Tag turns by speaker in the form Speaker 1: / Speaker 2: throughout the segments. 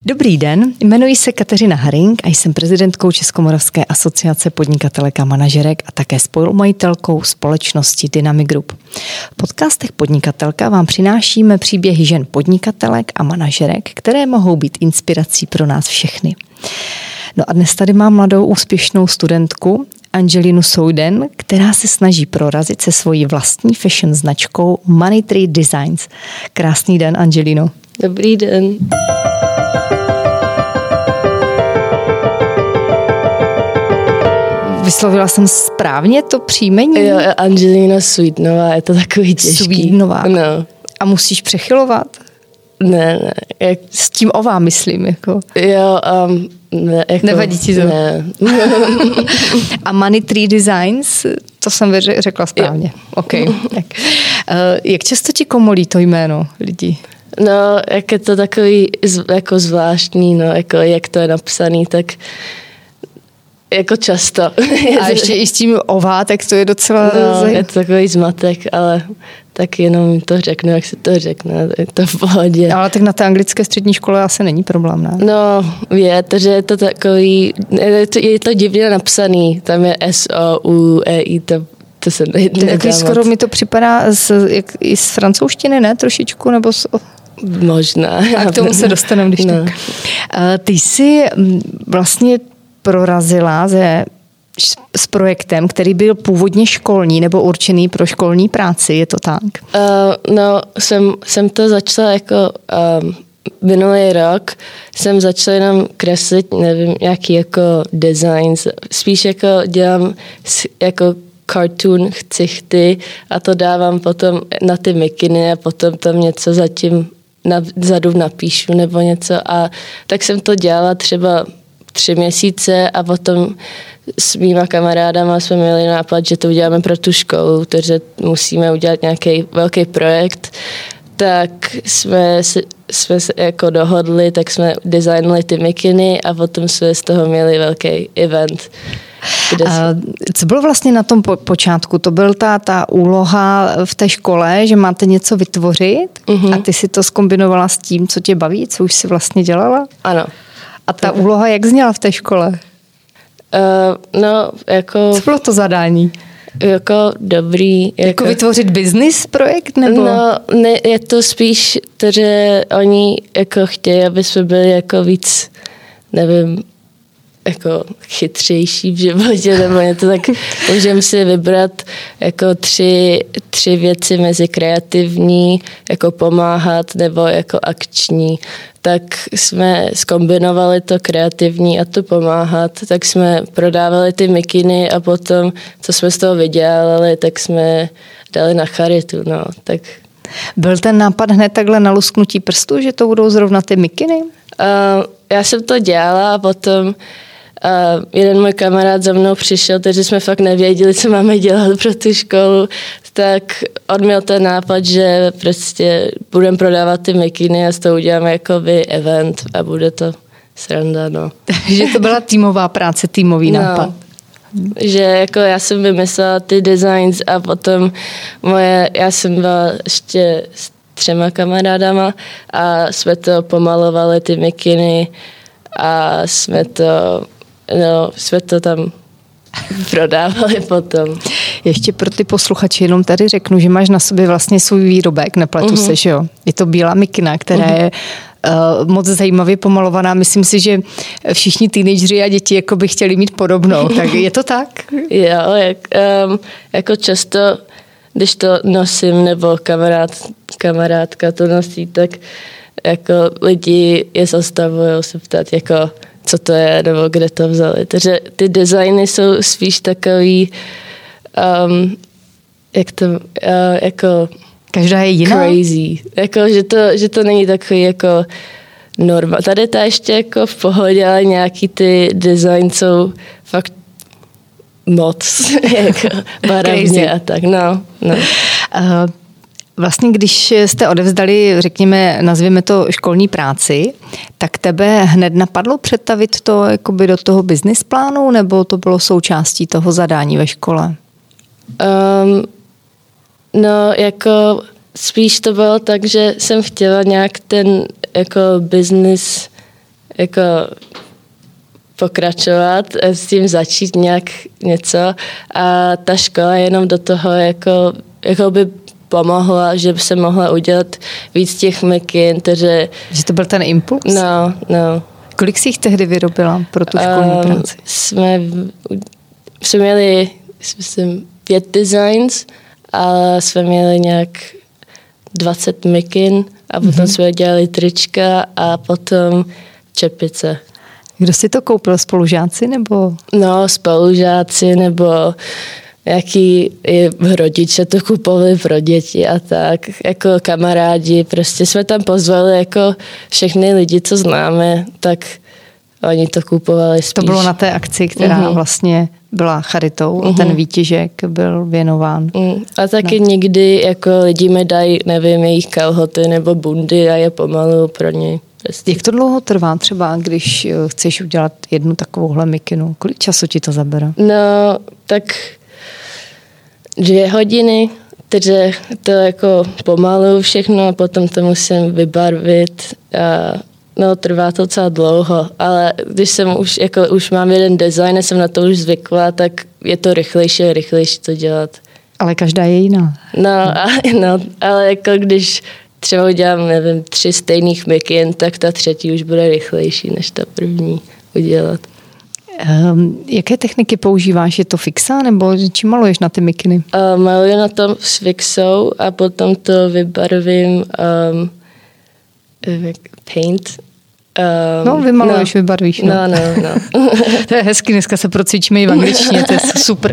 Speaker 1: Dobrý den, jmenuji se Kateřina Haring a jsem prezidentkou Českomoravské asociace podnikatelek a manažerek a také spolumajitelkou společnosti Dynamic Group. V podcastech Podnikatelka vám přinášíme příběhy žen podnikatelek a manažerek, které mohou být inspirací pro nás všechny. No a dnes tady mám mladou úspěšnou studentku Angelinu Souden, která se snaží prorazit se svojí vlastní fashion značkou Money Tree Designs. Krásný den, Angelino.
Speaker 2: Dobrý den.
Speaker 1: Vyslovila jsem správně to příjmení?
Speaker 2: Jo, Angelina Sweetnová, je to takový těžký.
Speaker 1: Sweetnová.
Speaker 2: No.
Speaker 1: A musíš přechylovat?
Speaker 2: Ne.
Speaker 1: S tím ová myslím, jako.
Speaker 2: Jo, ne, jako.
Speaker 1: Nevadí ti to?
Speaker 2: Ne.
Speaker 1: A Money Tree Designs, to jsem řekla správně. Jo. OK. Tak. Jak často ti komolí to jméno lidí?
Speaker 2: No, jak je to takový jako zvláštní, no, jako jak to je napsaný, tak jako často.
Speaker 1: A ještě i s tím ová, tak to je docela...
Speaker 2: No, je to takový zmatek, ale tak jenom to řeknu, jak se to řekne, je to v pohodě.
Speaker 1: Ale tak na té anglické střední škole asi není problém, ne?
Speaker 2: No, že je to takový, je to divně napsaný, tam je S-O-U-E-I, to se nedá
Speaker 1: skoro mi to připadá i z francouzštiny, ne? Trošičku, nebo
Speaker 2: Možná.
Speaker 1: A k tomu se dostaneme, když tak. Ty jsi vlastně prorazila s projektem, který byl původně školní nebo určený pro školní práci, je to tak?
Speaker 2: No, jsem to začala jako minulý rok, jsem začala jenom kreslit, nevím, jaký jako designs, spíš jako dělám jako cartoon chcichty a to dávám potom na ty mikiny a potom tam něco zatím vzadu napíšu nebo něco a tak jsem to dělala třeba 3 měsíce a potom s mýma kamarádama jsme měli nápad, že to uděláme pro tu školu, takže musíme udělat nějaký velký projekt, tak jsme se jako dohodli, tak jsme designili ty mikiny a potom jsme z toho měli velký event.
Speaker 1: Co bylo vlastně na tom počátku? To byl ta úloha v té škole, že máte něco vytvořit a ty si to zkombinovala s tím, co tě baví, co už si vlastně dělala?
Speaker 2: Ano.
Speaker 1: A ta úloha jak zněla v té škole?
Speaker 2: No, jako...
Speaker 1: Co bylo to zadání?
Speaker 2: Jako dobrý.
Speaker 1: Jako vytvořit business projekt? Nebo?
Speaker 2: No, ne, je to spíš, že oni jako chtějí, aby jsme byli jako víc, nevím, jako chytřejší v životě, nebo něco tak můžeme si vybrat jako tři věci mezi kreativní, jako pomáhat, nebo jako akční. Tak jsme zkombinovali to kreativní a to pomáhat, tak jsme prodávali ty mikiny a potom, co jsme z toho vydělali, tak jsme dali na charitu, no, tak...
Speaker 1: Byl ten nápad hned takhle na lusknutí prstu, že to budou zrovna ty mikiny?
Speaker 2: Já jsem to dělala a potom jeden můj kamarád za mnou přišel, takže jsme fakt nevěděli, co máme dělat pro tu školu, tak on měl ten nápad, že prostě budeme prodávat ty mikiny a z toho uděláme jakoby event a bude to sranda, no.
Speaker 1: Že to byla týmová práce, týmový nápad.
Speaker 2: Že jako já jsem vymyslela ty designs a potom já jsem byla ještě s 3 kamarádama a jsme to pomalovali ty mikiny a jsme to tam prodávali potom.
Speaker 1: Ještě pro ty posluchače jenom tady řeknu, že máš na sobě vlastně svůj výrobek, nepletu se, že jo? Je to bílá mikina, která je moc zajímavě pomalovaná. Myslím si, že všichni teenageři a děti jako by chtěli mít podobnou. Tak je to tak?
Speaker 2: Jo, jako často, když to nosím, nebo kamarádka to nosí, tak jako lidi je zastavují se ptát, jako co to je, nebo kde to vzali. Takže ty designy jsou spíš takový, jako
Speaker 1: každá je jiná?
Speaker 2: Crazy. Jako, že to není takový jako norma. Tady ta ještě jako v pohodě, ale nějaký ty design jsou fakt moc jako barevně a tak. No.
Speaker 1: Vlastně, když jste odevzdali, řekněme, nazvěme to školní práci, tak tebe hned napadlo přetavit to jakoby do toho business plánu, nebo to bylo součástí toho zadání ve škole?
Speaker 2: No, jako spíš to bylo tak, že jsem chtěla nějak ten jako business jako pokračovat, s tím začít nějak něco a ta škola jenom do toho jako by pomohla, že by se mohla udělat víc těch mikin, takže...
Speaker 1: Že to byl ten impuls?
Speaker 2: No.
Speaker 1: Kolik jsi jich tehdy vyrobila pro tu školní práci?
Speaker 2: Jsme měli, myslím, 5 designs a jsme měli nějak 20 mikin a potom jsme dělali trička a potom čepice.
Speaker 1: Kdo si to koupil? Spolužáci nebo?
Speaker 2: No, spolužáci nebo jaký rodiče to kupovali pro děti a tak, jako kamarádi, prostě jsme tam pozvali jako všechny lidi, co známe, tak oni to kupovali spíš.
Speaker 1: To bylo na té akci, která vlastně byla charitou a ten výtěžek byl věnován.
Speaker 2: A taky někdy jako lidi mi dají, nevím, jejich kalhoty nebo bundy a je pomalu pro ně. Prostě.
Speaker 1: Jak to dlouho trvá třeba, když chceš udělat jednu takovouhle mikinu? Kolik času ti to zabere?
Speaker 2: No, tak 2 hodiny, takže to jako pomalu všechno a potom to musím vybarvit. No, trvá to docela dlouho, ale když jsem už mám jeden design a jsem na to už zvykla, tak je to rychlejší to dělat.
Speaker 1: Ale každá je jiná.
Speaker 2: No, ale jako když třeba udělám, nevím, 3 stejných mikin, tak ta 3. už bude rychlejší, než ta první udělat.
Speaker 1: Jaké techniky používáš? Je to fixa nebo čím maluješ na ty mikiny?
Speaker 2: Maluji na tom s fixou a potom to vybarvím paint.
Speaker 1: Vymaluješ, vybarvíš.
Speaker 2: No.
Speaker 1: To je hezky, dneska se procvičíme i v angličtině, to je super.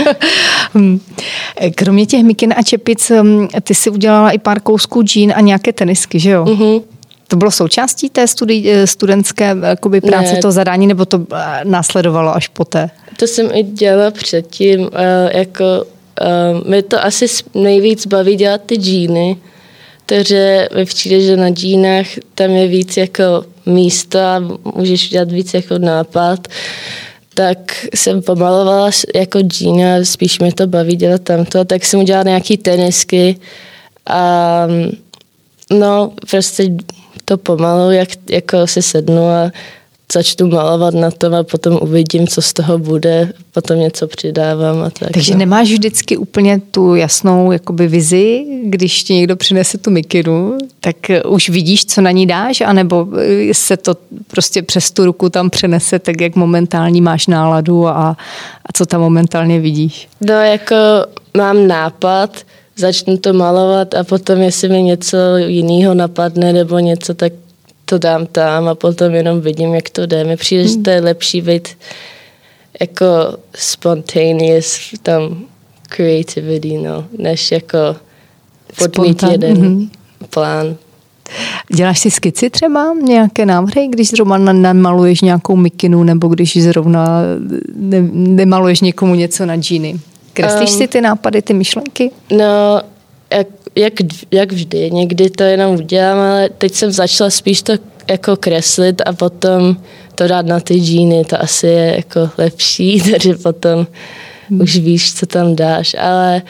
Speaker 1: Kromě těch mikin a čepic, ty si udělala i pár kousků džín a nějaké tenisky, že jo?
Speaker 2: Mm-hmm.
Speaker 1: To bylo součástí té studentské práce, toho zadání, nebo to následovalo až poté?
Speaker 2: To jsem i dělala předtím. Mě to asi nejvíc baví dělat ty džíny, takže mi přijde, že na džínách tam je víc jako místa, můžeš udělat víc jako nápad. Tak jsem pomalovala jako džína, spíš mě to baví dělat tamto, tak jsem udělala nějaký tenisky a no prostě to pomalu, jako si sednu a začnu malovat na tom a potom uvidím, co z toho bude, potom něco přidávám a tak.
Speaker 1: Takže nemáš vždycky úplně tu jasnou jakoby vizi, když ti někdo přinese tu mikinu, tak už vidíš, co na ní dáš, anebo se to prostě přes tu ruku tam přenese, tak jak momentální máš náladu a co tam momentálně vidíš?
Speaker 2: No, jako mám nápad, začnu to malovat a potom, jestli mi něco jiného napadne nebo něco, tak to dám tam a potom jenom vidím, jak to jde. Mi přijde, že to je lepší být jako spontaneous, tam creativity, no, než jako podmít jeden plán.
Speaker 1: Děláš si skici třeba, nějaké návrhy, když zrovna namaluješ nějakou mikinu nebo když zrovna nemaluješ někomu něco na džíny? Kreslíš si ty nápady, ty myšlenky?
Speaker 2: No, jak vždy, někdy to jenom udělám, ale teď jsem začala spíš to jako kreslit a potom to dát na ty džíny, to asi je jako lepší, takže potom už víš, co tam dáš, ale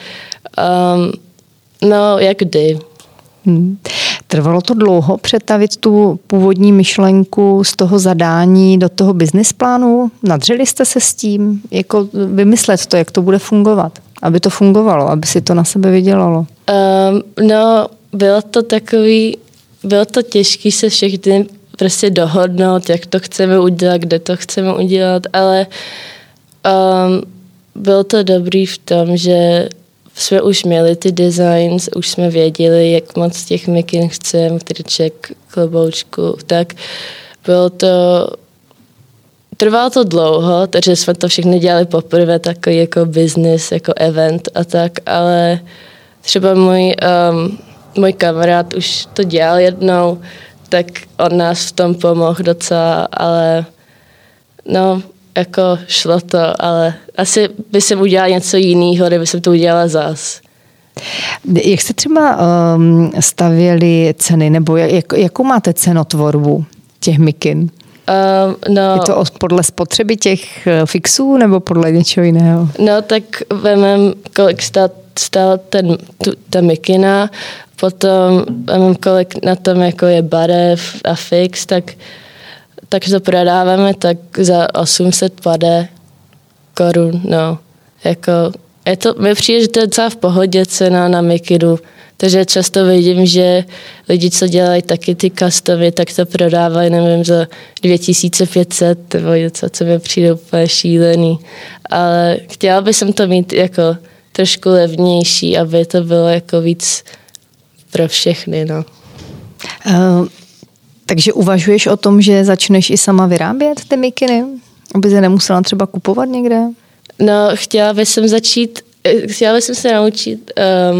Speaker 2: no, jak kdy.
Speaker 1: Trvalo to dlouho přetavit tu původní myšlenku z toho zadání do toho business plánu? Nadřeli jste se s tím? Jako vymyslet to, jak to bude fungovat? Aby to fungovalo, aby si to na sebe vydělalo?
Speaker 2: No, bylo to těžké se všechny prostě dohodnout, jak to chceme udělat, kde to chceme udělat, ale bylo to dobrý v tom, že jsme už měli ty designs, už jsme věděli, jak moc těch mikin chceme, triček, kloboučku, tak trvalo to dlouho, takže jsme to všechny dělali poprvé, takový jako business, jako event a tak, ale třeba můj kamarád už to dělal jednou, tak on nás v tom pomohl docela, ale no, jako šlo to, ale asi by jsem udělala něco jiného, kdyby jsem to udělala zas.
Speaker 1: Jak se třeba stavěly ceny, nebo jakou máte cenotvorbu těch mikin?
Speaker 2: No,
Speaker 1: je to podle spotřeby těch fixů nebo podle něčeho jiného?
Speaker 2: No, tak vemem, kolik stála ta mikina, potom vemem, kolik na tom jako je barev a fix, tak tak to prodáváme tak za 850 korun, no. Jako, mi přijde, že to je docela v pohodě cena na Mikidu, takže často vidím, že lidi, co dělají taky ty customy, tak to prodávají, nevím, za 2500 nebo něco, co mi přijde úplně šílený. Ale chtěla bych to mít jako trošku levnější, aby to bylo jako víc pro všechny, no.
Speaker 1: Takže uvažuješ o tom, že začneš i sama vyrábět ty mikiny? Aby se nemusela třeba kupovat někde?
Speaker 2: No, chtěla bych se naučit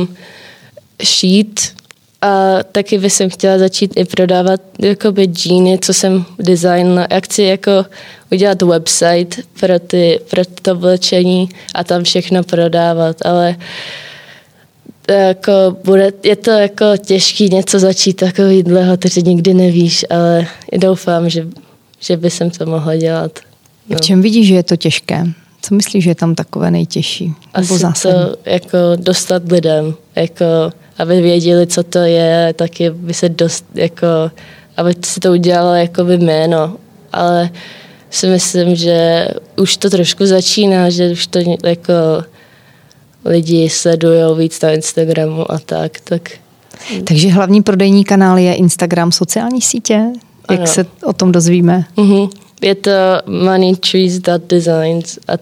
Speaker 2: šít a taky bych chtěla začít i prodávat jakoby džíny, co jsem designla. Já chci jako udělat website pro to oblečení a tam všechno prodávat, ale jako je to jako těžký něco začít takovýhleho, takže nikdy nevíš, ale doufám, že by jsem to mohla dělat. No.
Speaker 1: V čem vidíš, že je to těžké? Co myslíš, že je tam takové nejtěžší?
Speaker 2: Asi to jako dostat lidem, jako aby věděli, co to je, taky by se aby si to udělalo jakoby jméno, ale si myslím, že už to trošku začíná, že už to jako lidi sledujou víc na Instagramu a tak.
Speaker 1: Takže hlavní prodejní kanál je Instagram, sociální sítě? Jak se o tom dozvíme?
Speaker 2: Mm-hmm. Je to moneytrees.designs a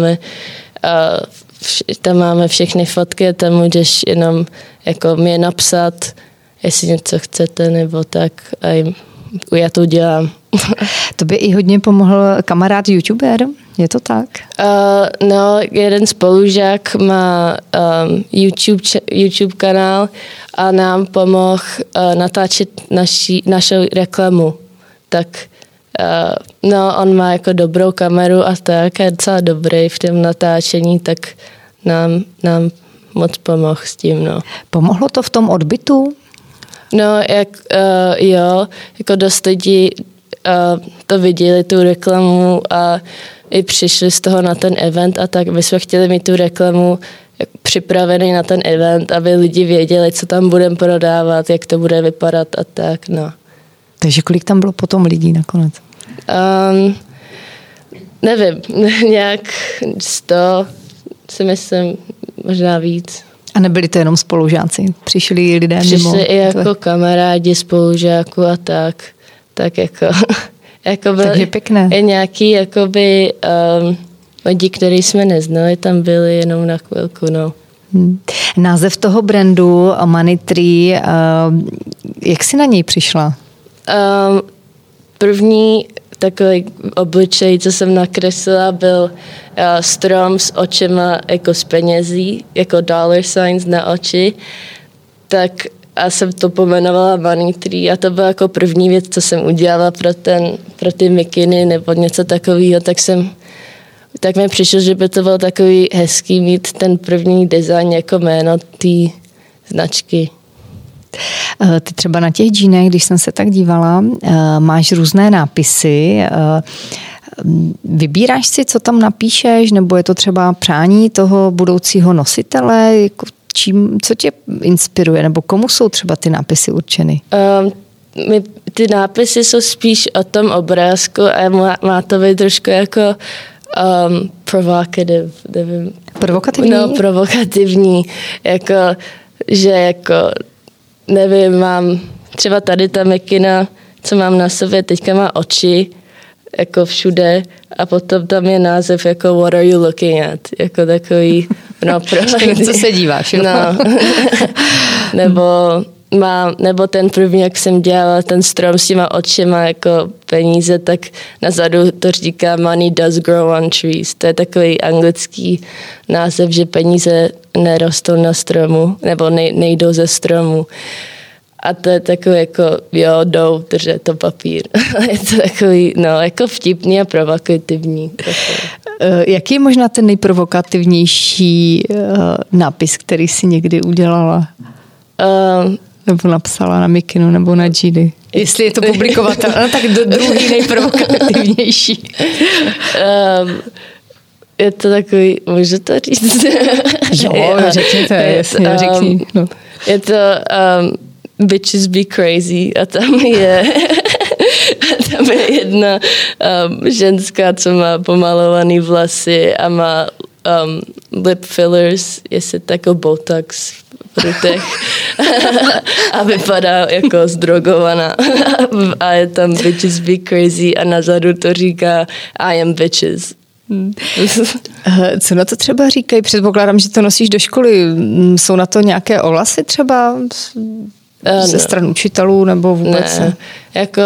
Speaker 2: tam máme všechny fotky a tam můžeš jenom jako mě napsat, jestli něco chcete nebo tak a já to udělám.
Speaker 1: To by i hodně pomohl kamarád youtuber, je to tak?
Speaker 2: No, jeden spolužák má YouTube kanál a nám pomohl natáčet našu reklamu. Tak no, on má jako dobrou kameru a tak je docela dobrý v tom natáčení, tak nám moc pomohl s tím, no.
Speaker 1: Pomohlo to v tom odbytu?
Speaker 2: No, jo, jako dost lidí to viděli, tu reklamu a i přišli z toho na ten event a tak my jsme chtěli mít tu reklamu připravený na ten event, aby lidi věděli, co tam budeme prodávat, jak to bude vypadat a tak, no.
Speaker 1: Takže kolik tam bylo potom lidí nakonec?
Speaker 2: Nevím, nějak 100, si myslím, možná víc.
Speaker 1: A nebyli to jenom spolužáci? Přišli lidé mimo?
Speaker 2: Přišli i jako kamarádi spolužáků a tak. Tak jako
Speaker 1: takže pěkné.
Speaker 2: I nějaký jakoby lidi, který jsme neznali, tam byli jenom na chvilku, no.
Speaker 1: Název toho brandu Money Tree, jak jsi na něj přišla?
Speaker 2: První takový obličej, co jsem nakreslila, byl strom s očima jako z penězí, jako dollar signs na oči. Tak a jsem to pomenovala Money Tree a to byla jako první věc, co jsem udělala pro ty mikiny nebo něco takového, tak mi přišlo, že by to bylo takový hezký mít ten první design jako jméno té značky.
Speaker 1: Ty třeba na těch džínech, když jsem se tak dívala, máš různé nápisy. Vybíráš si, co tam napíšeš, nebo je to třeba přání toho budoucího nositele? Co tě inspiruje, nebo komu jsou třeba ty nápisy určeny?
Speaker 2: Ty nápisy jsou spíš o tom obrázku a má to být trošku jako provocative, nevím.
Speaker 1: Provokativní?
Speaker 2: No, provokativní, jako, že jako, nevím, mám třeba tady ta mikina, co mám na sobě, teďka má oči, jako všude, a potom tam je název jako What are you looking at? Jako takový, no,
Speaker 1: co se díváš, jo?
Speaker 2: No. Nebo ten první, jak jsem dělala, ten strom s těma očima jako peníze, tak nazadu to říká Money does grow on trees. To je takový anglický název, že peníze nerostou na stromu, nebo nejdou ze stromu. A to je takový jako, jo, jdou, držet to papír. Je to takový, no, jako vtipný a provokativní.
Speaker 1: Jaký je možná ten nejprovokativnější nápis, který jsi někdy udělala? Nebo napsala na mikinu, nebo na džíny? Jestli je to publikovatelné, no, tak druhý nejprovokativnější.
Speaker 2: Je to takový, můžu to říct?
Speaker 1: Jo, řekni to, jasně, řekni. No.
Speaker 2: Je to Bitches be crazy a tam je jedna ženská, co má pomalovaný vlasy a má lip fillers, jestli tako botox v rutech a vypadá jako zdrogovaná a je tam bitches be crazy a nazadu to říká I am bitches.
Speaker 1: Co na to třeba říkají? Předpokládám, že to nosíš do školy. Jsou na to nějaké ohlasy třeba ze stran učitelů nebo vůbec?
Speaker 2: Ne, jako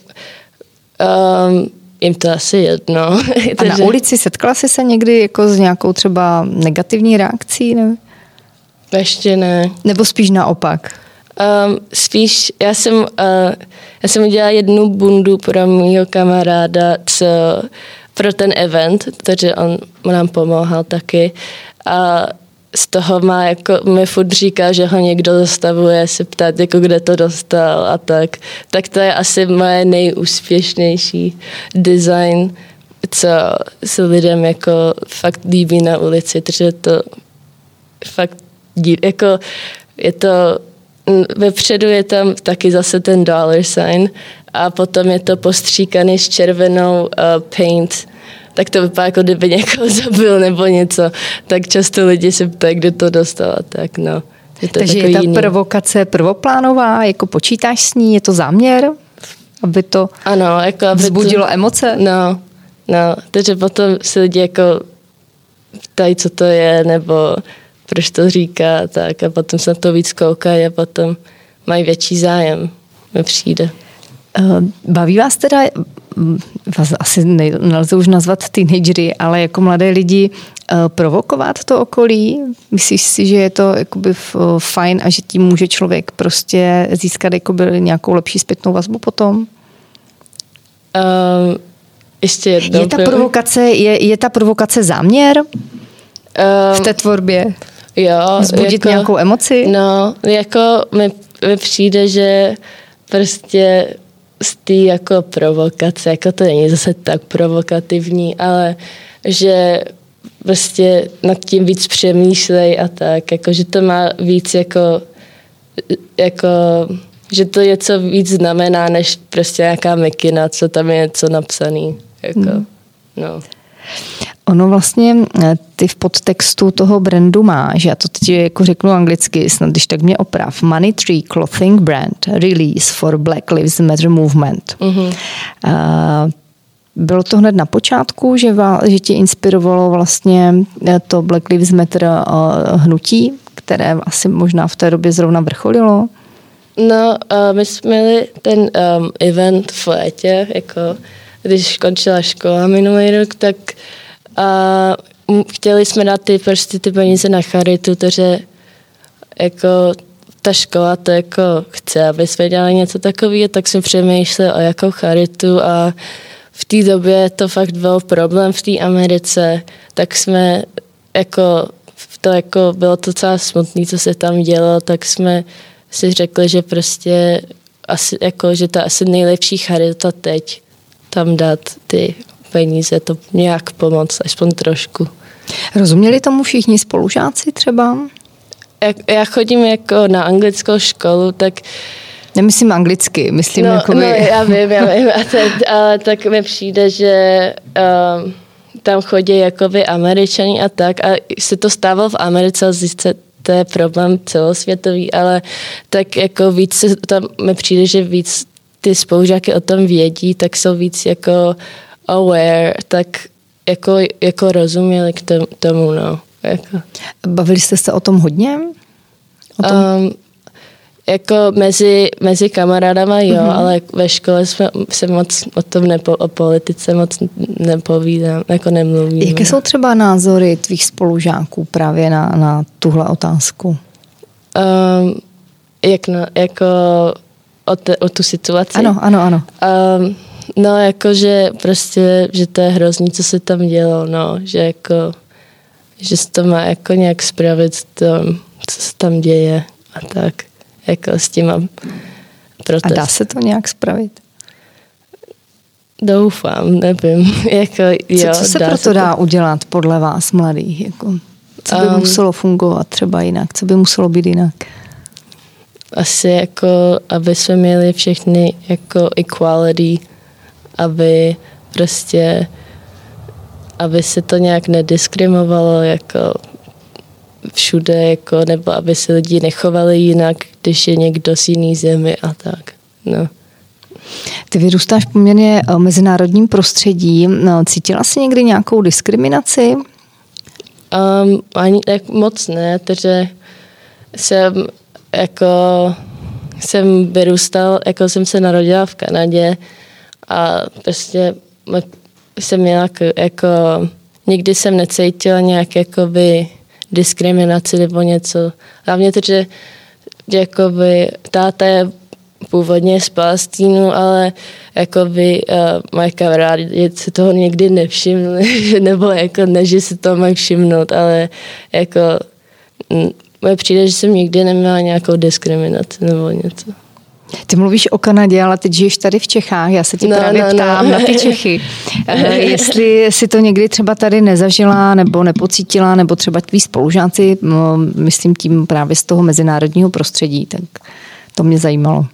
Speaker 2: jim to asi jedno.
Speaker 1: A na ulici setkala jsi se někdy jako s nějakou třeba negativní reakcí? Ne?
Speaker 2: Ještě ne.
Speaker 1: Nebo spíš naopak?
Speaker 2: Spíš, já jsem udělala jednu bundu pro mýho kamaráda, pro ten event, takže on nám pomáhal taky a z toho mi furt říká, že ho někdo zastavuje se ptát, jako kde to dostal a tak. Tak to je asi moje nejúspěšnější design, co se lidem jako fakt líbí na ulici, protože to fakt jako je to vepředu je tam taky zase ten dollar sign a potom je to postříkaný s červenou paint, tak to vypadá, jako kdyby někoho zabil nebo něco. Tak často lidi se ptají, kde to dostal a tak, no.
Speaker 1: Takže je ta provokace prvoplánová, jako počítáš s ní, je to záměr, aby to vzbudilo emoce?
Speaker 2: No, takže potom se lidi jako ptají, co to je, nebo proč to říká, tak a potom se na to víc koukají a potom mají větší zájem, mi přijde.
Speaker 1: Baví vás teda, vás asi nelze už nazvat teenagery, ale jako mladé lidi provokovat to okolí? Myslíš si, že je to jakoby fajn a že tím může člověk prostě získat jakoby nějakou lepší zpětnou vazbu potom?
Speaker 2: Ještě jednou.
Speaker 1: Je ta provokace záměr v té tvorbě?
Speaker 2: Jo.
Speaker 1: Vzbudit jako, nějakou emoci?
Speaker 2: No, jako mi přijde, že prostě z té jako provokace, jako to není zase tak provokativní, ale že prostě nad tím víc přemýšlej a tak, jako že to má víc jako že to něco víc znamená, než prostě nějaká mikina, co tam je něco napsaný. Jako, no.
Speaker 1: Ono vlastně, ty v podtextu toho brandu máš, já to teď jako řeknu anglicky, snad když tak mě oprav, Money Tree Clothing Brand Release for Black Lives Matter Movement. Bylo to hned na počátku, že tě inspirovalo vlastně to Black Lives Matter hnutí, které asi možná v té době zrovna vrcholilo?
Speaker 2: No, my jsme měli ten event v létě, jako když končila škola minulý rok, tak chtěli jsme dát ty peníze na charitu, takže jako ta škola to jako chce, aby jsme dělali něco takového, tak jsme přemýšleli o jakou charitu a v té době to fakt byl problém v té Americe, tak jsme bylo to docela smutné, co se tam dělo, tak jsme si řekli, že prostě asi, jako, že to asi nejlepší charita teď tam dát ty peníze, to nějak pomoct, aspoň trošku.
Speaker 1: Rozuměli tomu všichni spolužáci třeba?
Speaker 2: Já chodím jako na anglickou školu, tak
Speaker 1: nemyslím anglicky, myslím
Speaker 2: No, já vím, ale tak mi přijde, že tam chodí jakoby Američani a tak a se to stávalo v Americe, to je problém celosvětový, ale tak jako víc tam mi přijde, že víc ty spolužáky o tom vědí, tak jsou víc jako aware, tak jako rozuměli k tomu, no. Jako.
Speaker 1: Bavili jste se o tom hodně?
Speaker 2: Jako mezi kamarádama, jo, ale ve škole se moc o tom o politice moc nepovídám, jako nemluvím.
Speaker 1: Jaké jsou třeba názory tvých spolužáků právě na tuhle otázku?
Speaker 2: Jako o tu situaci?
Speaker 1: Ano.
Speaker 2: No, jakože prostě, že to je hrozný, co se tam dělo, no, že se to má jako nějak spravit co se tam děje a tak. Jako s tím protest.
Speaker 1: A dá se to nějak spravit?
Speaker 2: Doufám, nevím.
Speaker 1: Co se proto dá udělat podle vás, mladých? Jako, co by muselo fungovat třeba jinak? Co by muselo být jinak?
Speaker 2: Asi jako, aby jsme měli všechny jako equality aby prostě, aby se to nějak nediskriminovalo jako všude, jako, nebo aby se lidi nechovali jinak, když je někdo z jiný zemi a tak. No.
Speaker 1: Ty vyrůstáš v poměrně mezinárodním prostředí. Cítila jsi někdy nějakou diskriminaci?
Speaker 2: Ani tak moc ne, protože jsem vyrůstal, jako jsem se narodila v Kanadě a prostě jsem měla jako nikdy jsem necítila nějak jakoby diskriminaci nebo něco. Hlavně to, že jakoby táta je původně z Palestínu, ale jakoby moje kamarádi si toho nikdy nevšimli, nebo jako ne, že si to mají všimnout, ale jako moje přijde, že jsem nikdy neměla nějakou diskriminaci nebo něco.
Speaker 1: Ty mluvíš o Kanadě, ale teď žiješ tady v Čechách. Já se tě právě ptám na ty Čechy. Jestli si to někdy třeba tady nezažila nebo nepocítila, nebo třeba tví spolužáci, myslím tím právě z toho mezinárodního prostředí, tak to mě zajímalo.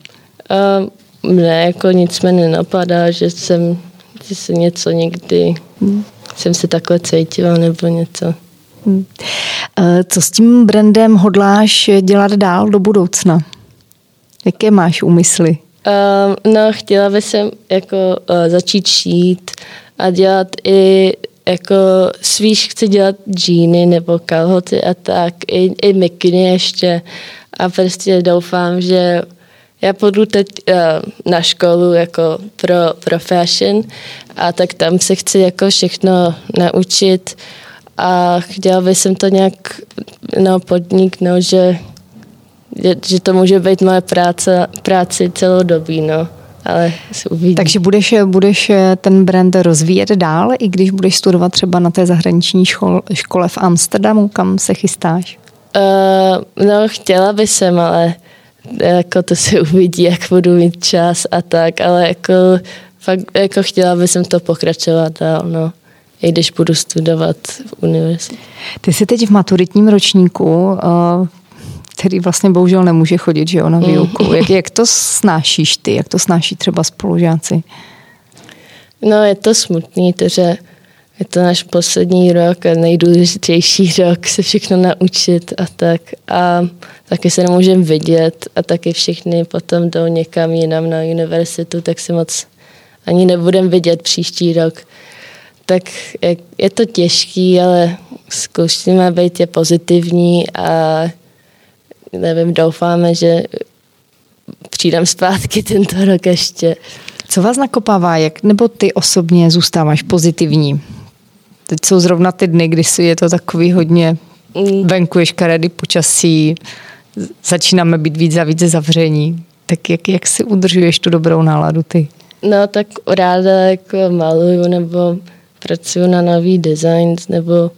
Speaker 2: Ne, jako nic mě nenapadá, že jsem něco někdy, jsem se takhle cítila nebo něco.
Speaker 1: Co s tím brandem hodláš dělat dál do budoucna? Jaké máš úmysly?
Speaker 2: Chtěla bych jako začít šít a dělat i jako chci dělat džíny nebo kalhoty a tak, i mikiny ještě a prostě doufám, že já půjdu teď na školu jako pro fashion a tak tam se chci jako všechno naučit a chtěla bych to nějak podniknout, že to může být moje práci celou dobu, ale se uvidí.
Speaker 1: Takže budeš ten brand rozvíjet dál, i když budeš studovat třeba na té zahraniční škole v Amsterdamu, kam se chystáš?
Speaker 2: Chtěla bych jsem, ale jako to se uvidí, jak budu mít čas a tak, ale jako fakt jako chtěla bych to pokračovat dál, i když budu studovat v univerzitě.
Speaker 1: Ty jsi teď v maturitním ročníku, který vlastně bohužel nemůže chodit, že jo, na výuku. Jak to snášíš ty? Jak to snáší třeba spolužáci?
Speaker 2: Je to smutný, protože je to náš poslední rok a nejdůležitější rok se všechno naučit a tak. A taky se nemůžeme vidět a taky všichni potom jdou někam jinam na univerzitu, tak se moc ani nebudeme vidět příští rok. Tak je to těžký, ale zkusíme být pozitivní a nevím, doufáme, že přijdem zpátky tento rok ještě.
Speaker 1: Co vás nakopává, nebo ty osobně zůstáváš pozitivní? Teď jsou zrovna ty dny, kdy je to takový hodně venku je škaredý počasí, začínáme být víc a víc zavření. Tak jak si udržuješ tu dobrou náladu ty?
Speaker 2: Tak ráda jako maluju nebo pracuji na nový design nebo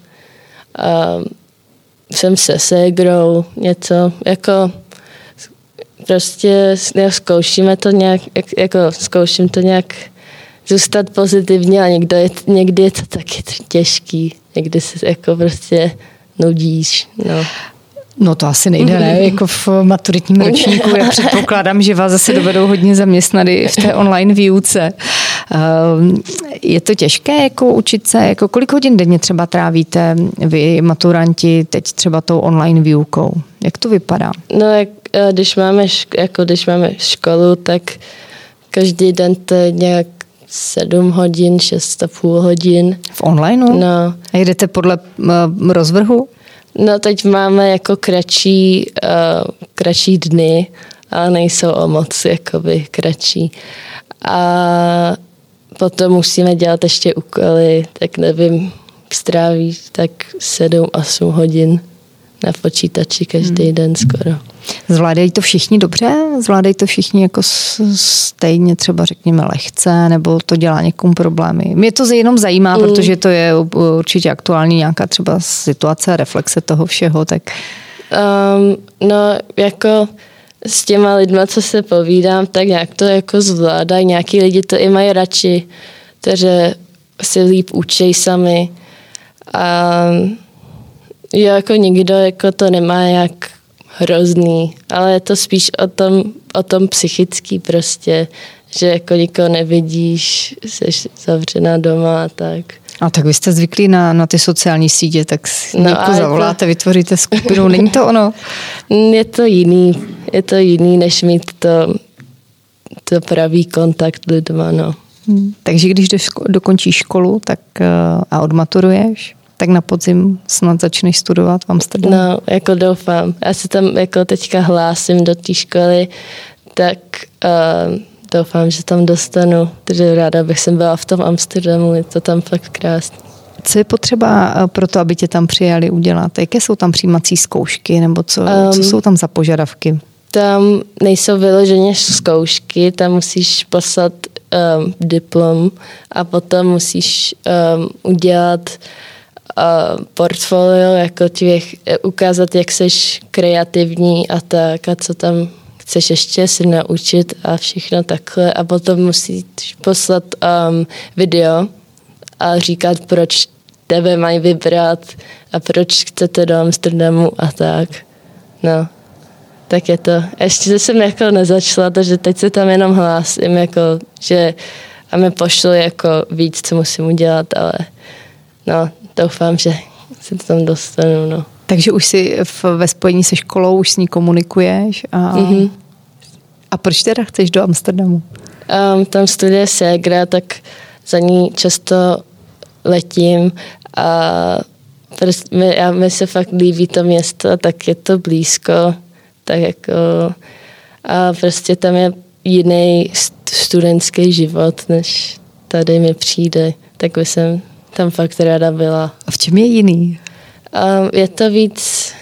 Speaker 2: jsem se ségrou něco, jako prostě zkouším to nějak zůstat pozitivně a někdy je to taky těžký, někdy se jako prostě nudíš,
Speaker 1: No to asi nejde, ne? Jako v maturitním ročníku, já předpokládám, že vás zase dovedou hodně zaměstnat i v té online výuce. Je to těžké jako učit se? Jako kolik hodin denně třeba trávíte vy, maturanti, teď třeba tou online výukou? Jak to vypadá?
Speaker 2: Když máme školu, tak každý den to je nějak 7 hodin, 6,5 hodin.
Speaker 1: V onlineu? A jdete podle rozvrhu?
Speaker 2: Teď máme jako kratší dny, ale nejsou o moc jakoby kratší. A potom musíme dělat ještě úkoly, tak nevím, stráví tak 7-8 hodin na počítači každý den skoro.
Speaker 1: Zvládají to všichni dobře? Zvládají to všichni jako stejně třeba řekněme lehce, nebo to dělá někomu problémy? Mě to jenom zajímá, protože to je určitě aktuální nějaká třeba situace, reflexe toho všeho, tak...
Speaker 2: Jako s těma lidma, co se povídám, tak nějak to jako zvládají. Nějaký lidi to i mají radši, takže si líp učí sami. A jako nikdo jako to nemá jak hrozný, ale je to spíš o tom psychický prostě, že jako nikoho nevidíš, jsi zavřená doma a tak.
Speaker 1: A tak vy jste zvyklí na ty sociální sítě, tak někoho zavoláte, vytvoříte skupinu, není to ono?
Speaker 2: Je to jiný, než mít to pravý kontakt lidma, no.
Speaker 1: Takže když dokončíš školu tak a odmaturuješ, tak na podzim snad začneš studovat v Amsterdamu?
Speaker 2: No, jako doufám. Já se tam jako teďka hlásím do té školy, tak doufám, že tam dostanu. Takže ráda bych jsem byla v tom Amsterdamu, je to tam fakt krásné.
Speaker 1: Co je potřeba pro to, aby tě tam přijali udělat? Jaké jsou tam přijímací zkoušky, nebo co jsou tam za požadavky?
Speaker 2: Tam nejsou vyloženě zkoušky, tam musíš poslat diplom a potom musíš udělat portfolio, jako ukázat, jak jsi kreativní a tak a co tam chceš ještě si naučit a všechno takhle a potom musíš poslat video a říkat, proč tebe mají vybrat a proč chcete do Amsterdamu a tak. No, tak je to. Ještě jsem jako nezačala, takže teď se tam jenom hlásím, jako, že a mi pošlo jako víc, co musím udělat, ale no, doufám, že se to tam dostanu, no.
Speaker 1: Takže už jsi ve spojení se školou, už s ní komunikuješ a proč teda chceš do Amsterdamu?
Speaker 2: Tam studuje ségra, tak za ní často letím a mi se fakt líbí to město, tak je to blízko, tak jako a prostě tam je jiný studentský život, než tady mi přijde, tak by jsem tam fakt ráda byla.
Speaker 1: A v čem je jiný?
Speaker 2: Je to víc,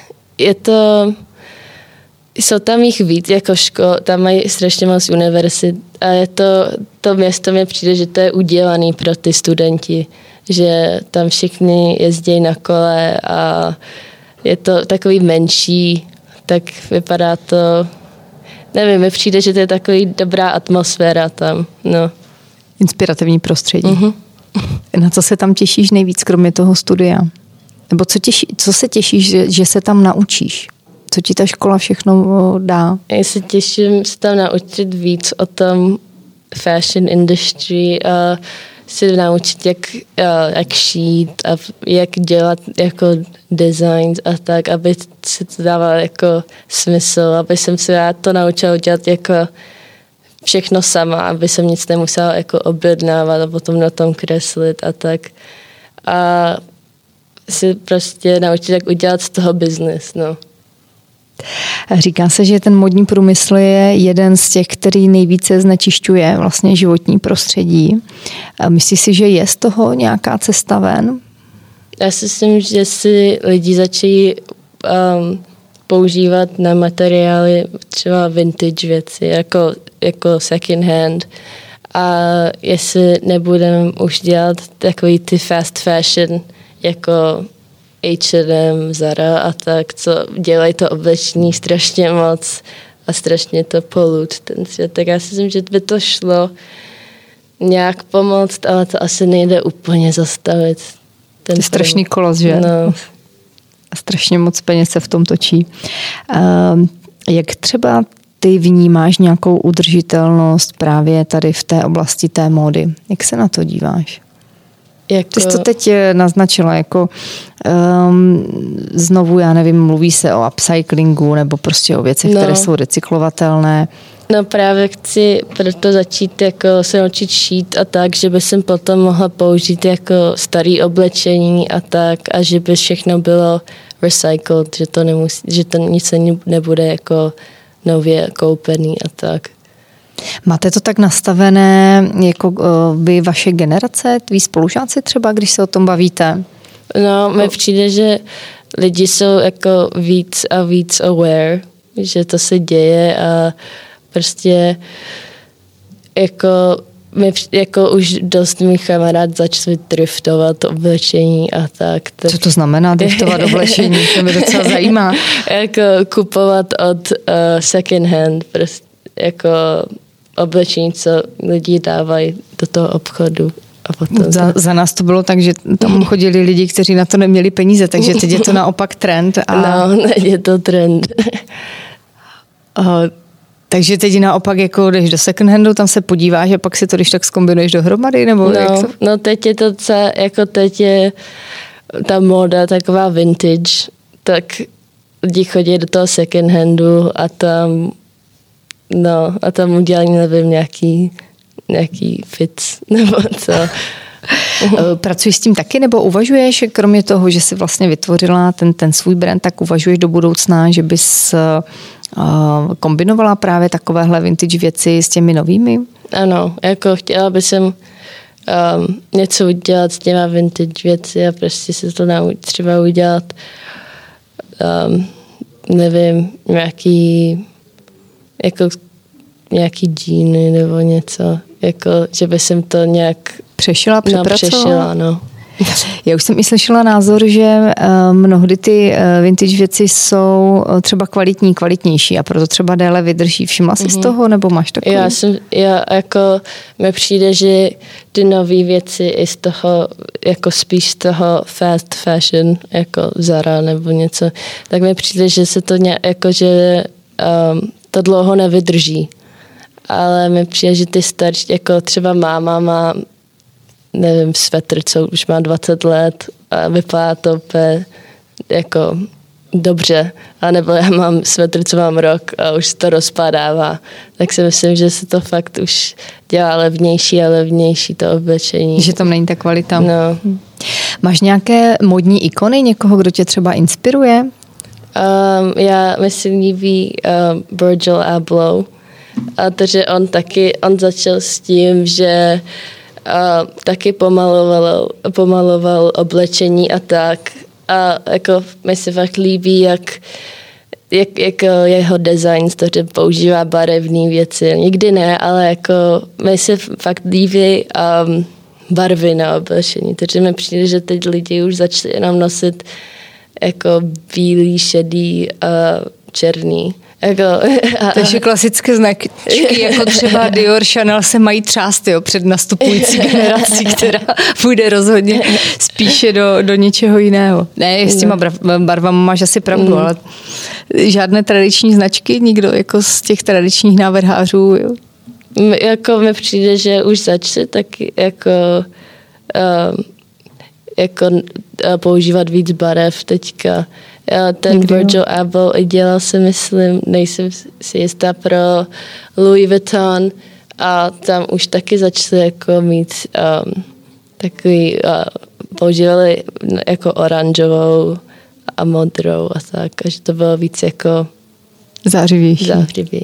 Speaker 2: jsou tam jich víc jako škol, tam mají strašně moc univerzit a to město mi přijde, že to je udělaný pro ty studenti, že tam všichni jezdí na kole a je to takový menší, tak vypadá to, nevím, mi přijde, že to je takový dobrá atmosféra tam, no.
Speaker 1: Inspirativní prostředí. Na co se tam těšíš nejvíc, kromě toho studia? Nebo co se těšíš, že se tam naučíš? Co ti ta škola všechno dá?
Speaker 2: Já se těším se tam naučit víc o tom fashion industry a se naučit, jak šít a jak dělat jako designs a tak, aby se to dávalo jako smysl, aby jsem se já to naučila dělat jako všechno sama, aby jsem nic nemusela jako objednávat a potom na tom kreslit a tak. A si prostě naučit, jak udělat z toho biznes, no.
Speaker 1: Říká se, že ten modní průmysl je jeden z těch, který nejvíce znečišťuje vlastně životní prostředí. Myslíš si, že je z toho nějaká cesta ven?
Speaker 2: Já si myslím, že si lidi začínají používat na materiály třeba vintage věci, jako second hand. A jestli nebudeme už dělat takový ty fast fashion, jako H&M, Zara a tak, co dělají to oblečení strašně moc a strašně to polut ten svět. Tak já si myslím, že by to šlo nějak pomoct, ale to asi nejde úplně zastavit.
Speaker 1: To je strašný kolos, že?
Speaker 2: No.
Speaker 1: A strašně moc peněz se v tom točí. Jak třeba ty vnímáš nějakou udržitelnost právě tady v té oblasti té módy? Jak se na to díváš? Ty jsi to teď naznačila, jako znovu, já nevím, mluví se o upcyclingu nebo prostě o věcech, které jsou recyklovatelné.
Speaker 2: No právě chci proto začít jako se naučit šít a tak, že by jsem potom mohla použít jako staré oblečení a tak a že by všechno bylo recycled, že to nic nebude jako nově koupený a tak.
Speaker 1: Máte to tak nastavené jako vy, vaše generace, tví spolužáci třeba, když se o tom bavíte?
Speaker 2: No, mi přijde, že lidi jsou jako víc a víc aware, že to se děje a prostě jako už dost mých kamarád začali driftovat oblečení a tak.
Speaker 1: Co to znamená driftovat oblečení? To mě docela zajímá.
Speaker 2: Jako kupovat od second hand, prostě jako oblečení, co lidi dávají do toho obchodu. A potom
Speaker 1: za nás to bylo tak, že tam chodili lidi, kteří na to neměli peníze, takže teď je to naopak trend.
Speaker 2: No, je to trend.
Speaker 1: Takže teď naopak jako jdeš do second handu, tam se podíváš a pak si to když tak zkombinuješ dohromady? Nebo
Speaker 2: no,
Speaker 1: jak to?
Speaker 2: No teď je to jako teď je ta móda taková vintage, tak lidi chodí do toho second handu a tam udělají, nevím, nějaký fits nebo co.
Speaker 1: Pracuješ s tím taky, nebo uvažuješ, kromě toho, že jsi vlastně vytvořila ten svůj brand, tak uvažuješ do budoucna, že bys kombinovala právě takovéhle vintage věci s těmi novými?
Speaker 2: Ano, jako chtěla bych něco udělat s těma vintage věci a prostě se to třeba udělat nevím, nějaký džíny nebo něco, jako, že by jsem to nějak přešila, no.
Speaker 1: Já už jsem i slyšela názor, že mnohdy ty vintage věci jsou třeba kvalitnější a proto třeba déle vydrží. Všimla jsi z toho, nebo máš takový?
Speaker 2: Mi přijde, že ty nové věci i z toho, jako spíš z toho fast fashion, jako Zara nebo něco, tak mi přijde, že se to že to dlouho nevydrží. Ale mi přijde, že ty starší, jako třeba máma má, nevím, svetr, co už má 20 let a vypadá to úplně jako dobře. A nebo já mám svetr, co mám rok a už se to rozpadává. Tak si myslím, že se to fakt už dělá levnější a levnější to oblečení.
Speaker 1: Že tam není ta kvalita.
Speaker 2: No.
Speaker 1: Máš nějaké modní ikony, někoho, kdo tě třeba inspiruje?
Speaker 2: Já mi se líbí Virgil Abloh. A takže on začal s tím, že taky pomaloval oblečení a tak. A jako mi se fakt líbí, jak jeho design, že používá barevné věci. Nikdy ne, ale jako mi se fakt líbí barvy na oblečení. Takže mi přijde, že teď lidi už začali jenom nosit jako bílý, šedý a černý.
Speaker 1: Takže klasické značky, jako třeba Dior, Chanel se mají třást před nastupující generací, která půjde rozhodně spíše do něčeho jiného. Ne, s těma barvama máš asi pravdu, ale žádné tradiční značky, nikdo jako z těch tradičních návrhářů. Jo?
Speaker 2: Jako mi přijde, že už začali tak jako používat víc barev teďka. Ten Virgil Abloh dělal se, myslím, nejsem si jistá, pro Louis Vuitton a tam už taky začali jako mít takový, používali jako oranžovou a modrou a tak, že to bylo víc jako zářivější.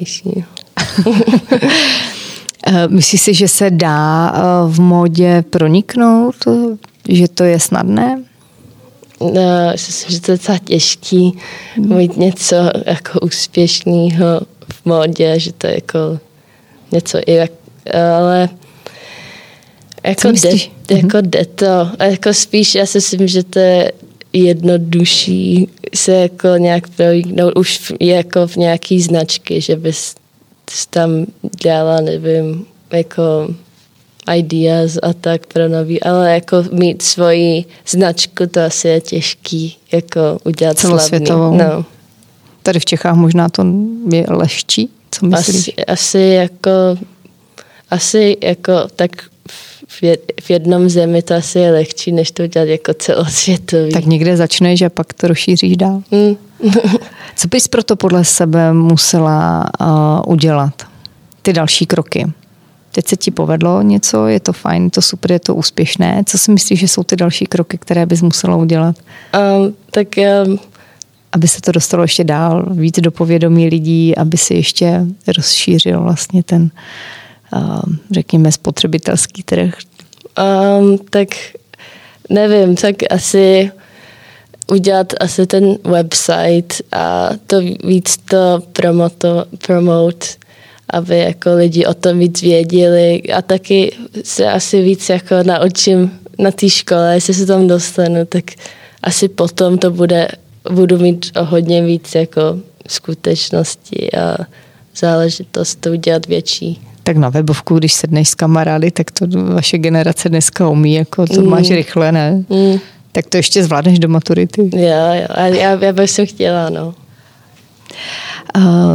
Speaker 1: Myslíš si, že se dá v módě proniknout? Že to je snadné?
Speaker 2: Myslím, že to je docela těžký mít něco jako úspěšného v módě, že to je jako něco ale jako jde to. Jako spíš já si myslím, že to je jednodušší se jako nějak proniknout už jako v nějaký značky, že bys tam dělala, nevím, jako ideas a tak pro nový, ale jako mít svoji značku, to asi je těžký, jako udělat
Speaker 1: celosvětovou.
Speaker 2: Slavný. No.
Speaker 1: Tady v Čechách možná to je lehčí, co myslíš?
Speaker 2: Asi jako tak v jednom zemi to asi je lehčí, než to udělat jako celosvětový.
Speaker 1: Tak někde začneš a pak to rozšíříš dál. Co bys proto podle sebe musela udělat? Ty další kroky. Teď se ti povedlo něco, je to fajn, je to super, je to úspěšné. Co si myslíš, že jsou ty další kroky, které bys musela udělat? Aby se to dostalo ještě dál, víc do povědomí lidí, aby si ještě rozšířil vlastně ten, řekněme, spotřebitelský trh.
Speaker 2: Tak nevím, tak asi udělat asi ten website a to víc to promote, aby jako lidi o tom víc věděli a taky se asi víc jako naučím na té škole, jestli se tam dostanu, tak asi potom to budu mít o hodně víc jako skutečnosti a záležitost to udělat větší.
Speaker 1: Tak na webovku, když sedneš s kamarády, tak to vaše generace dneska umí, jako to máš rychle, ne? Tak to ještě zvládneš do maturity.
Speaker 2: Jo, já bych chtěla, no.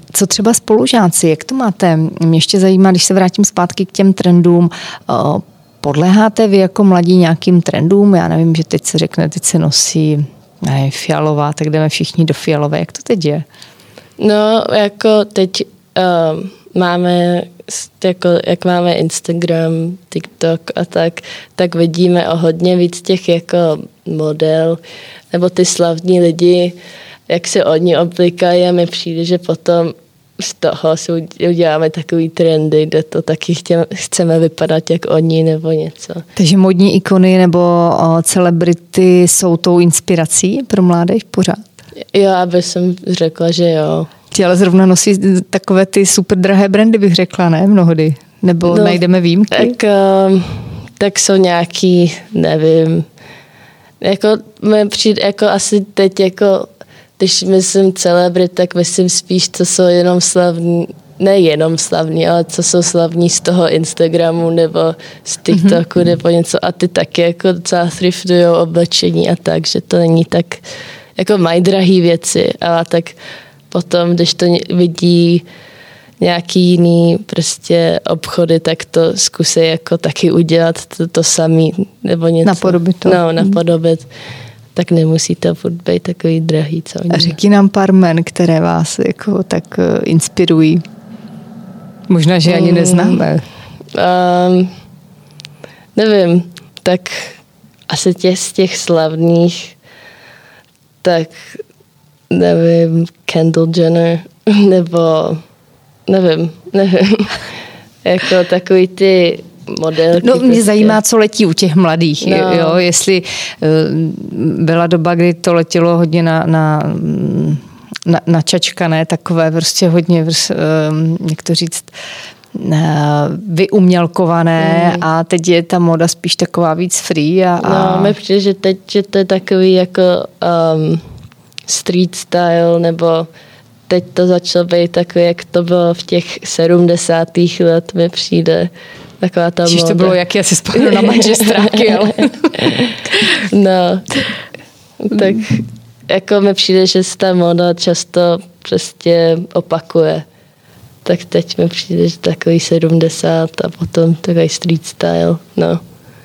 Speaker 1: Co třeba spolužáci, jak to máte? Mě ještě zajímá, když se vrátím zpátky k těm trendům, podléháte vy jako mladí nějakým trendům? Já nevím, že teď se řekne, teď se nosí fialová, tak jdeme všichni do fialové. Jak to teď je?
Speaker 2: No, jako teď máme, jako, jak máme Instagram, TikTok a tak vidíme o hodně víc těch jako model, nebo ty slavní lidi, jak se oni oblíkají a mi přijde, že potom z toho si uděláme takový trendy, kde to taky chceme vypadat jak oni nebo něco.
Speaker 1: Takže modní ikony nebo celebrity jsou tou inspirací pro mládež pořád?
Speaker 2: Jo, aby jsem řekla, že jo.
Speaker 1: Ty ale zrovna nosí takové ty super drahé brandy, bych řekla, ne? Mnohdy. Nebo najdeme výjimky?
Speaker 2: Tak jsou nějaký, nevím, jako přijde, jako asi teď jako když myslím celebrit, tak myslím spíš, co jsou jenom slavní, nejenom slavní, ale co jsou slavní z toho Instagramu nebo z TikToku nebo něco a ty taky jako docela thriftujou oblečení a tak, že to není tak, jako mají drahý věci, ale tak potom, když to vidí nějaký jiný prostě obchody, tak to zkusí jako taky udělat to samý nebo něco.
Speaker 1: Napodobit to.
Speaker 2: No, napodobit. Tak nemusí to být takový drahý. Co
Speaker 1: a řekni nám pár jmen, které vás jako tak inspirují. Možná, že ani neznáme.
Speaker 2: Nevím, tak asi z těch slavných, tak nevím, Kendall Jenner, nebo nevím. Jako takový ty modelky.
Speaker 1: No, mě zajímá, co letí u těch mladých. No. Jo, jestli byla doba, kdy to letělo hodně na čačkané, takové prostě hodně, jak to říct, vyumělkované a teď je ta moda spíš taková víc free.
Speaker 2: No, mi přijde, že teď že to je takový jako street style, nebo teď to začalo být takový, jak to bylo v těch 70. let, mi přijde. Taková ta moda.
Speaker 1: To bylo, jak já si vzpomínám na manžestráky, ale...
Speaker 2: No, tak jako mi přijde, že se ta moda často prostě opakuje. Tak teď mi přijde, že takový 70 a potom takový street style, no.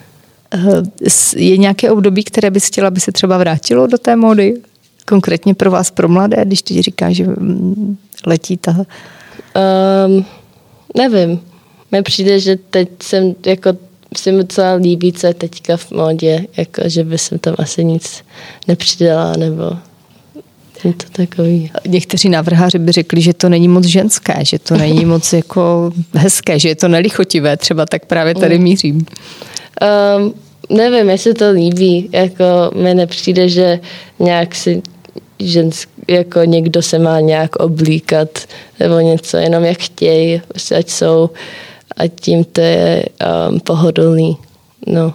Speaker 1: Je nějaké období, které bys chtěla, aby se třeba vrátilo do té módy? Konkrétně pro vás, pro mladé, když ty říkáš, že letí ta...
Speaker 2: Nevím. Mně přijde, že teď jsem jako si mi docela líbí, co je teďka v módě, jako, že by jsem tam asi nic nepřidala, nebo je to takový.
Speaker 1: Někteří návrháři by řekli, že to není moc ženské, že to není moc jako hezké, že je to nelichotivé, třeba tak právě tady mířím.
Speaker 2: Nevím, jestli to líbí, jako mi nepřijde, že nějak si jako někdo se má nějak oblíkat nebo něco, jenom jak chtějí, ať jsou a tím to je pohodlný. No.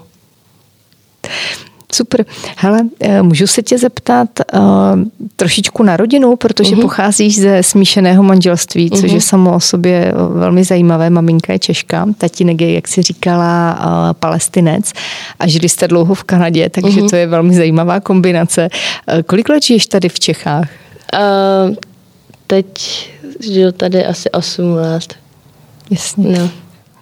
Speaker 1: Super. Hele, můžu se tě zeptat trošičku na rodinu, protože pocházíš ze smíšeného manželství, což je samo o sobě velmi zajímavé. Maminka je Češka, tatínek je, jak jsi říkala, Palestinec a žili jste dlouho v Kanadě, takže to je velmi zajímavá kombinace. Kolik let žiješ tady v Čechách?
Speaker 2: Teď žiju tady asi 8 let.
Speaker 1: Jasně.
Speaker 2: No.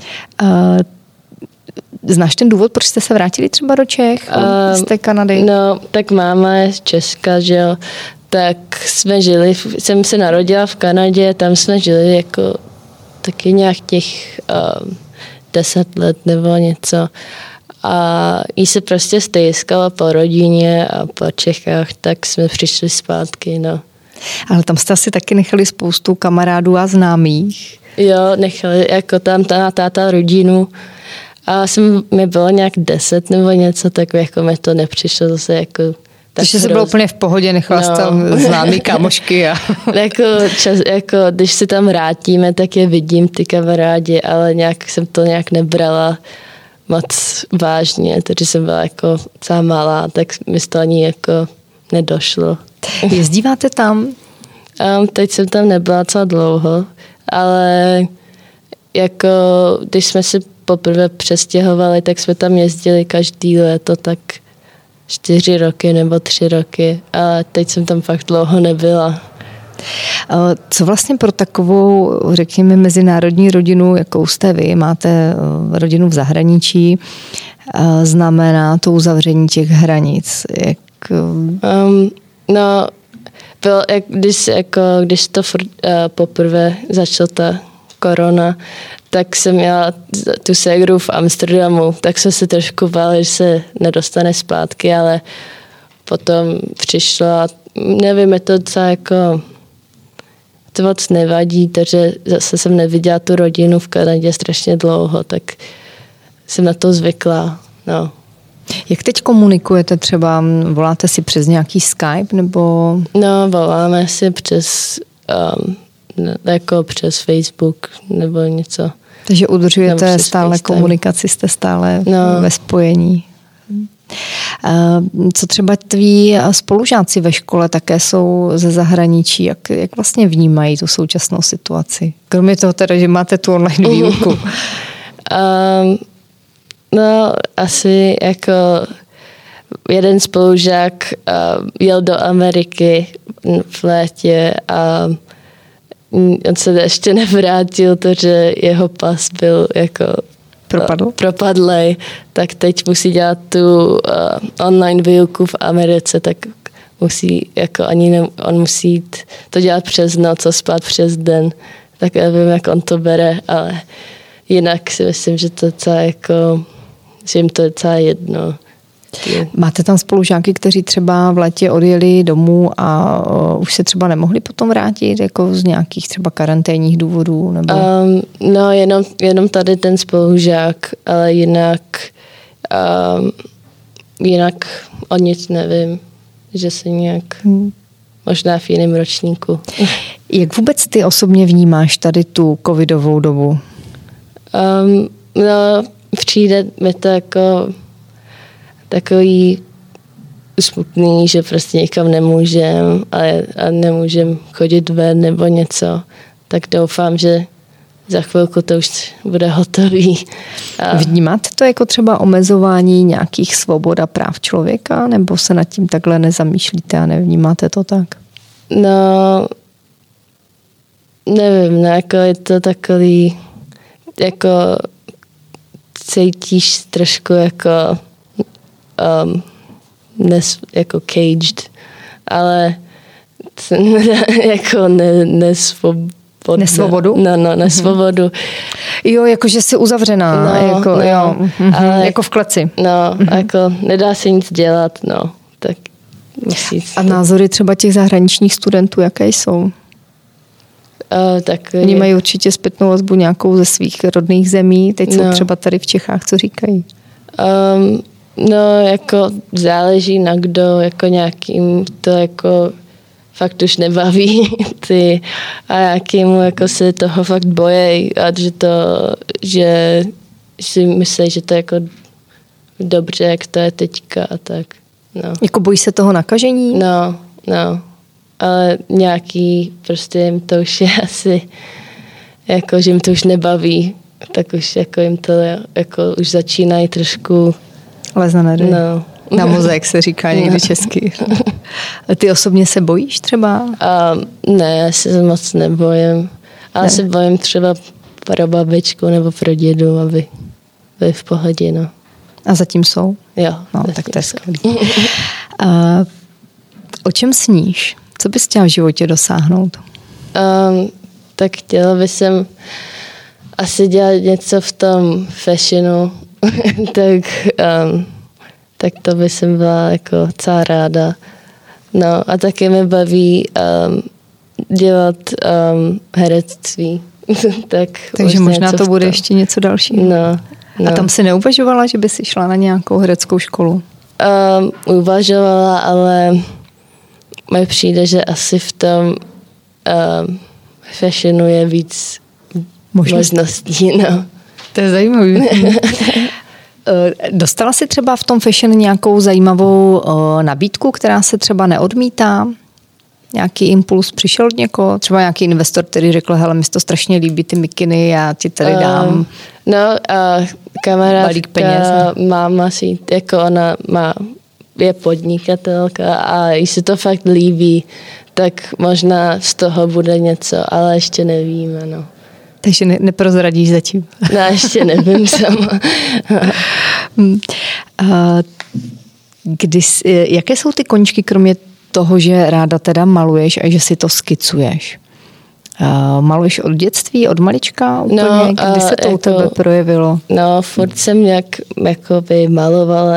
Speaker 1: Znáš ten důvod, proč jste se vrátili třeba do Čech z té Kanady?
Speaker 2: No, tak máma je z Česka, že jo. Tak jsme žili, jsem se narodila v Kanadě, tam jsme žili jako taky nějak těch 10 let nebo něco. A jí se prostě stejskala po rodině a po Čechách, tak jsme přišli zpátky, no.
Speaker 1: Ale tam jste asi taky nechali spoustu kamarádů a známých.
Speaker 2: Jo, nechali jako tam táta rodinu. A mi bylo nějak 10 nebo něco, tak jako mi to nepřišlo zase jako...
Speaker 1: Takže jsi byla úplně v pohodě, nechala jsi tam známý kámošky.
Speaker 2: jako když se tam vrátíme, tak je vidím ty kamarádi, ale nějak jsem to nějak nebrala moc vážně, takže jsem byla jako celá malá, tak mi to ani jako nedošlo.
Speaker 1: Jezdíváte tam?
Speaker 2: Teď jsem tam nebyla celá dlouho, ale jako když jsme si poprvé přestěhovali, tak jsme tam jezdili každý léto tak 4 roky nebo 3 roky, ale teď jsem tam fakt dlouho nebyla.
Speaker 1: Co vlastně pro takovou, řekněme, mezinárodní rodinu, jakou jste vy, máte rodinu v zahraničí, znamená to uzavření těch hranic?
Speaker 2: Když to poprvé začala ta korona, tak jsem měla tu ségru v Amsterdamu, tak jsem se trošku bála, že se nedostane zpátky, ale potom přišla, nevím, je to docela jako, to moc nevadí, takže zase jsem neviděla tu rodinu v Kanadě strašně dlouho, tak jsem na to zvykla, no.
Speaker 1: Jak teď komunikujete třeba? Voláte si přes nějaký Skype nebo?
Speaker 2: No, voláme si přes přes Facebook nebo něco.
Speaker 1: Takže udržujete stále FaceTime. Komunikaci, jste stále ve spojení. Co třeba tví spolužáci ve škole také jsou ze zahraničí? Jak vlastně vnímají tu současnou situaci? Kromě toho teda, že máte tu online výuku.
Speaker 2: Asi jako jeden spolužák jel do Ameriky v létě a on se ještě nevrátil, protože jeho pas byl jako propadlej, tak teď musí dělat tu online výuku v Americe, tak musí jako on musí to dělat přes noc a spát přes den, tak nevím, jak on to bere, ale jinak si myslím, že to že jim to je docela jedno.
Speaker 1: Máte tam spolužáky, kteří třeba v létě odjeli domů a už se třeba nemohli potom vrátit, jako z nějakých třeba karanténních důvodů? Nebo?
Speaker 2: Jenom tady ten spolužák, ale jinak o nic nevím, že se nějak možná v jiném ročníku.
Speaker 1: Jak vůbec ty osobně vnímáš tady tu covidovou dobu?
Speaker 2: Přijde mi to jako takový smutný, že prostě nikam nemůžem a nemůžem chodit ven nebo něco. Tak doufám, že za chvilku to už bude hotový.
Speaker 1: Vnímáte to jako třeba omezování nějakých svobod a práv člověka, nebo se nad tím takhle nezamýšlíte a nevnímáte to tak?
Speaker 2: No, nevím, jako je to takový, jako cítíš trošku jako jako caged, ale jako
Speaker 1: nesvobodu?
Speaker 2: No, nesvobodu.
Speaker 1: Jo, jakože jsi uzavřená, jako v kleci.
Speaker 2: Jako nedá se nic dělat, tak musí.
Speaker 1: A názory třeba těch zahraničních studentů, jaké jsou? Oni mají určitě zpětnou vazbu nějakou ze svých rodných zemí, teď jsou třeba tady v Čechách, co říkají?
Speaker 2: Jako záleží na kdo, jako nějakým to jako fakt už nebaví a nějakému jako se toho fakt bojí a že si myslí, že to je jako dobře, jak to je teďka a tak. No.
Speaker 1: Jako bojí se toho nakažení?
Speaker 2: No. Ale nějaký prostě jim to už je asi jako, že jim to už nebaví, tak už jako jim to jako už začínají trošku
Speaker 1: lezna na mozek se říká někdy česky. Ty osobně se bojíš třeba?
Speaker 2: Ne, já se moc nebojím. Ale se bojím třeba pro babičku nebo pro dědu, aby byli v pohodě. No.
Speaker 1: A zatím jsou?
Speaker 2: Jo.
Speaker 1: No, tak to je skvělý. O čem sníš? Co bys chtěla v životě dosáhnout?
Speaker 2: Tak chtěla bych jsem asi dělat něco v tom fashionu, tak to by jsem byla jako celá ráda. No a taky mi baví dělat herectví.
Speaker 1: Takže možná to bude ještě něco dalšího.
Speaker 2: No.
Speaker 1: A tam si neuvažovala, že by si šla na nějakou hereckou školu?
Speaker 2: Uvažovala, ale mi přijde, že asi v tom fashionu je víc možností. No.
Speaker 1: To je zajímavý. Dostala jsi třeba v tom fashion nějakou zajímavou nabídku, která se třeba neodmítá? Nějaký impuls přišel od někoho? Třeba nějaký investor, který řekl, hele, mi to strašně líbí, ty mikiny, já ti tady dám
Speaker 2: kamarádka, máma si, jako ona je podnikatelka a jí se to fakt líbí, tak možná z toho bude něco, ale ještě nevíme, no.
Speaker 1: Takže neprozradíš zatím.
Speaker 2: No, ještě nevím sama.
Speaker 1: Jaké jsou ty koníčky, kromě toho, že ráda teda maluješ a že si to skicuješ? Maluješ od dětství, od malička úplně?
Speaker 2: No,
Speaker 1: kdy se to u tebe projevilo?
Speaker 2: No, furt jsem nějak jakoby malovala,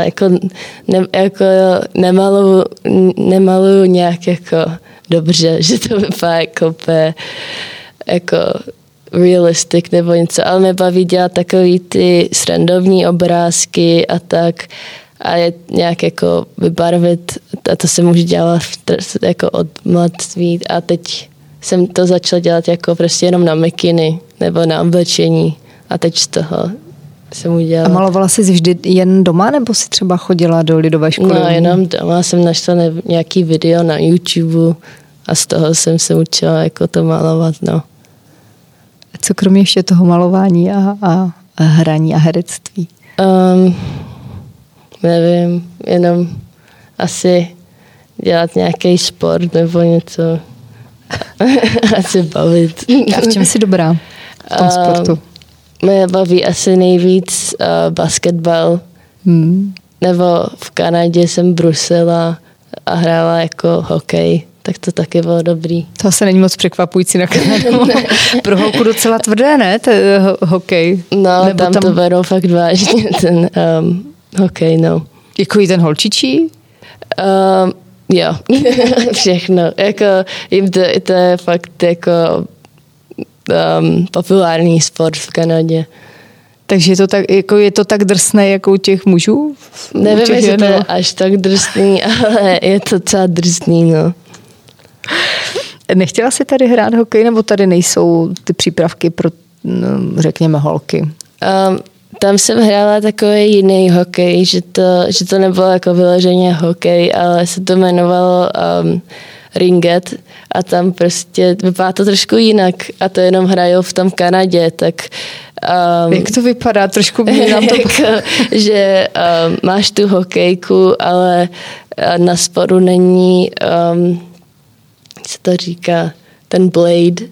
Speaker 2: nemaluju nějak jako dobře, že to vypadá jako realistic nebo něco, ale mě baví dělat takový ty srandovní obrázky a tak a je nějak jako vybarvit, a to se může dělat jako od mladství a teď jsem to začala dělat jako prostě jenom na mikiny nebo na oblečení a teď z toho jsem udělala. A
Speaker 1: malovala jsi vždy jen doma nebo jsi třeba chodila do lidové školy?
Speaker 2: No, jenom doma jsem našla nějaký video na YouTube a z toho jsem se učila jako to malovat, no.
Speaker 1: Co kromě ještě toho malování a hraní a herectví?
Speaker 2: Nevím, jenom asi dělat nějaký sport nebo něco. Asi bavit.
Speaker 1: A v čem jsi dobrá v tom sportu?
Speaker 2: Mě baví asi nejvíc basketbal. Nebo v Kanadě jsem brusila a hrála jako hokej. Tak to taky bylo dobrý.
Speaker 1: To asi není moc překvapující na Kanadu. Pro holku docela tvrdé, ne? Hokej.
Speaker 2: No, nebo tam to berou fakt vážně, ten hokej, no.
Speaker 1: Jako i ten holčičí?
Speaker 2: Jo, všechno. Jako, to je fakt jako populární sport v Kanadě.
Speaker 1: Takže je to tak drsné jako u těch mužů?
Speaker 2: Nevím, jestli to je až tak drsný, ale je to docela drsný, no.
Speaker 1: Nechtěla jsi tady hrát hokej, nebo tady nejsou ty přípravky pro, řekněme, holky?
Speaker 2: Tam jsem hrála takový jiný hokej, že to nebylo jako vyloženě hokej, ale se to jmenovalo ringet a tam prostě vypadá to trošku jinak a to jenom hrajou v tom Kanadě, tak
Speaker 1: jak to vypadá? Trošku by nám to...
Speaker 2: jako, že máš tu hokejku, ale na spodu není co to říká, ten blade.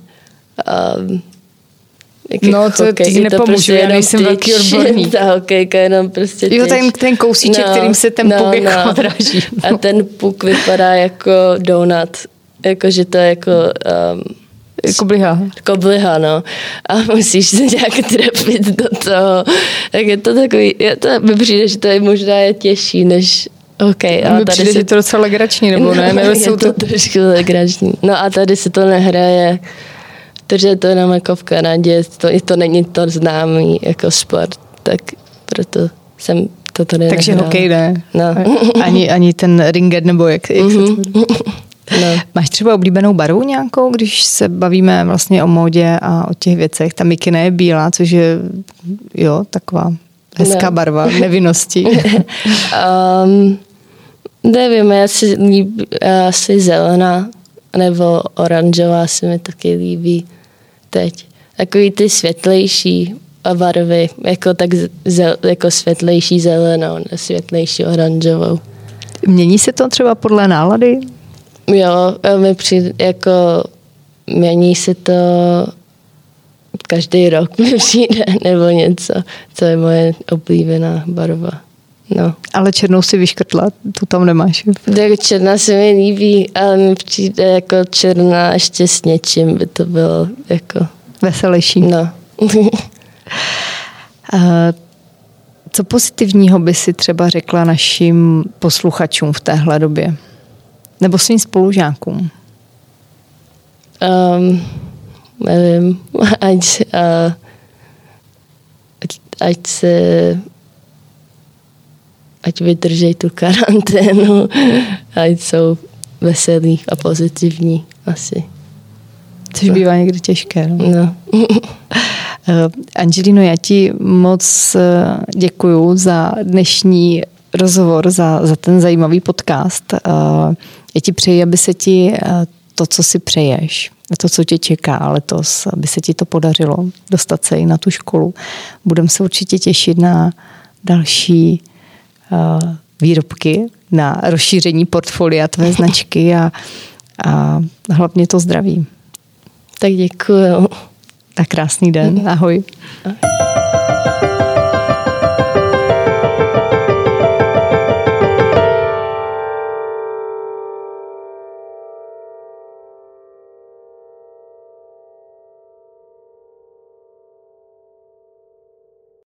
Speaker 1: No, to ti nepomůžu, já nejsem velký odborník.
Speaker 2: Ta hokejka jenom prostě
Speaker 1: jo, ten kousíček, kterým se ten puk jako odráží.
Speaker 2: A ten puk vypadá jako donut. Jakože to je jako...
Speaker 1: Kobliha.
Speaker 2: Kobliha, no. A musíš se nějak trefit do toho. Tak je to takový... mi přijde, že to je možná těžší než... Okay,
Speaker 1: a mi přijde, že to docela legrační, nebo ne?
Speaker 2: No, je to trošku legrační. No a tady se to nehraje, protože to jenom jako v Kanadě, to není to známý jako sport, tak proto jsem to tady
Speaker 1: takže
Speaker 2: nehrála.
Speaker 1: hokej ne?
Speaker 2: No.
Speaker 1: Ani ten ringet, nebo jak se to...
Speaker 2: No.
Speaker 1: Máš třeba oblíbenou barvu nějakou, když se bavíme vlastně o módě a o těch věcech? Ta mikina je bílá, což je taková hezká barva nevinnosti.
Speaker 2: Nevím, asi zelená nebo oranžová se mi taky líbí teď. Takový ty světlejší barvy, jako světlejší zelenou, světlejší oranžovou.
Speaker 1: Mění se to třeba podle nálady?
Speaker 2: Jo, mi přijde, jako mění se to každý rok mi přijde, nebo něco, co je moje oblíbená barva. No.
Speaker 1: Ale černou si vyškrtla, tu tam nemáš.
Speaker 2: Tak černá se mi líbí, ale mi přijde jako černá ještě s něčím, by to bylo jako...
Speaker 1: veselější.
Speaker 2: No.
Speaker 1: Co pozitivního by si třeba řekla našim posluchačům v téhle době? Nebo svým spolužákům?
Speaker 2: Nevím, ať vydržej tu karanténu, ať jsou veselí a pozitivní asi.
Speaker 1: Což bývá někdy těžké.
Speaker 2: No.
Speaker 1: Angelino, já ti moc děkuju za dnešní rozhovor, za ten zajímavý podcast. Já ti přeji, aby se ti to, co si přeješ, to, co tě čeká letos, aby se ti to podařilo dostat se i na tu školu. Budeme se určitě těšit na další výrobky, na rozšíření portfolia tvé značky a a hlavně to zdraví.
Speaker 2: Tak děkuju.
Speaker 1: Tak krásný den. Ahoj.
Speaker 2: Ahoj.